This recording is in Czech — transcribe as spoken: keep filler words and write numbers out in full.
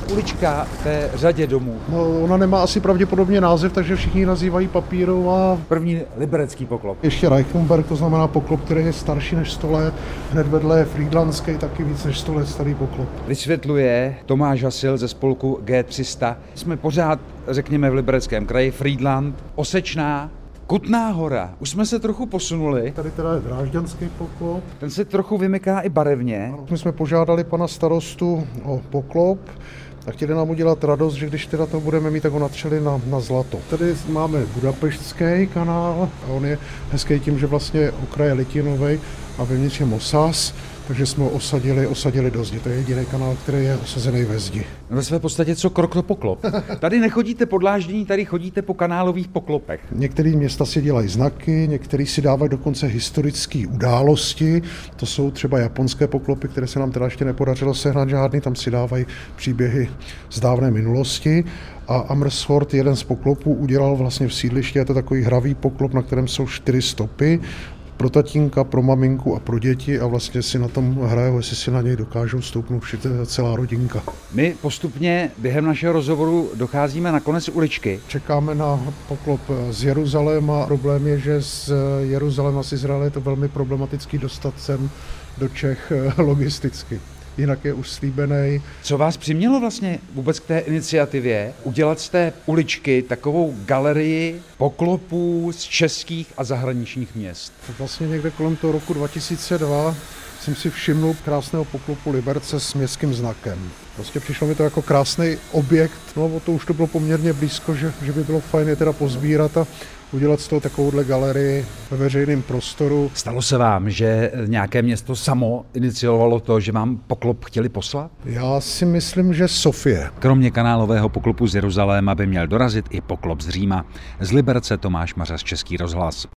ulička té řadě domů? No, ona nemá asi pravděpodobně název, takže všichni ji nazývají Papírová. První liberecký poklop. Ještě Reichenberg, to znamená poklop, který je starší než sto let. Hned vedle je Frýdlantský, taky víc než sto let starý poklop. Vysvětluje Tomáš Hasil ze spolku G tři sta. Jsme pořád, řekněme, v Libereckém kraji, Frýdlant, Osečná, Kutná Hora. Už jsme se trochu posunuli. Tady teda je Drážďanský poklop. Ten se trochu vymyká i barevně. My jsme požádali pana starostu o poklop a chtěli nám udělat radost, že když teda to budeme mít, tak ho natřeli na, na zlato. Tady máme Budapeštský kanál a on je hezký tím, že vlastně okraj je litinovej a vevnitř je mosas, takže jsme ho osadili, osadili do zdi. To je jediný kanál, který je osazený ve zdi. Ve své podstatě co krok to poklop. Tady nechodíte po dláždění, tady chodíte po kanálových poklopech. Některé města si dělají znaky, některé si dávají dokonce historické události. To jsou třeba japonské poklopy, které se nám teda ještě nepodařilo sehnat žádný, tam si dávají příběhy z dávné minulosti. A Amersfoort, jeden z poklopů, udělal vlastně v sídlišti, je to takový hravý poklop, na kterém jsou čtyři stopy. Pro tatínka, pro maminku a pro děti a vlastně si na tom hrajou, jestli si na něj dokážou stoupnout celá rodinka. My postupně během našeho rozhovoru docházíme na konec uličky. Čekáme na poklop z Jeruzaléma. Problém je, že z Jeruzaléma z Izraele je to velmi problematický dostat sem do Čech logisticky. Jinak je už slíbený. Co vás přimělo vlastně vůbec k té iniciativě udělat z té uličky takovou galerii poklopů z českých a zahraničních měst? Vlastně někde kolem toho roku dva tisíce dva jsem si všimnul krásného poklopu Liberce s městským znakem. Prostě přišlo mi to jako krásný objekt, no to už to bylo poměrně blízko, že, že by bylo fajn je teda pozbírat a udělat z toho takovouhle galerii ve veřejném prostoru. Stalo se vám, že nějaké město samo iniciovalo to, že vám poklop chtěli poslat? Já si myslím, že Sofie. Kromě kanálového poklopu z Jeruzaléma by měl dorazit i poklop z Říma. Z Liberce Tomáš Mařas, Český rozhlas.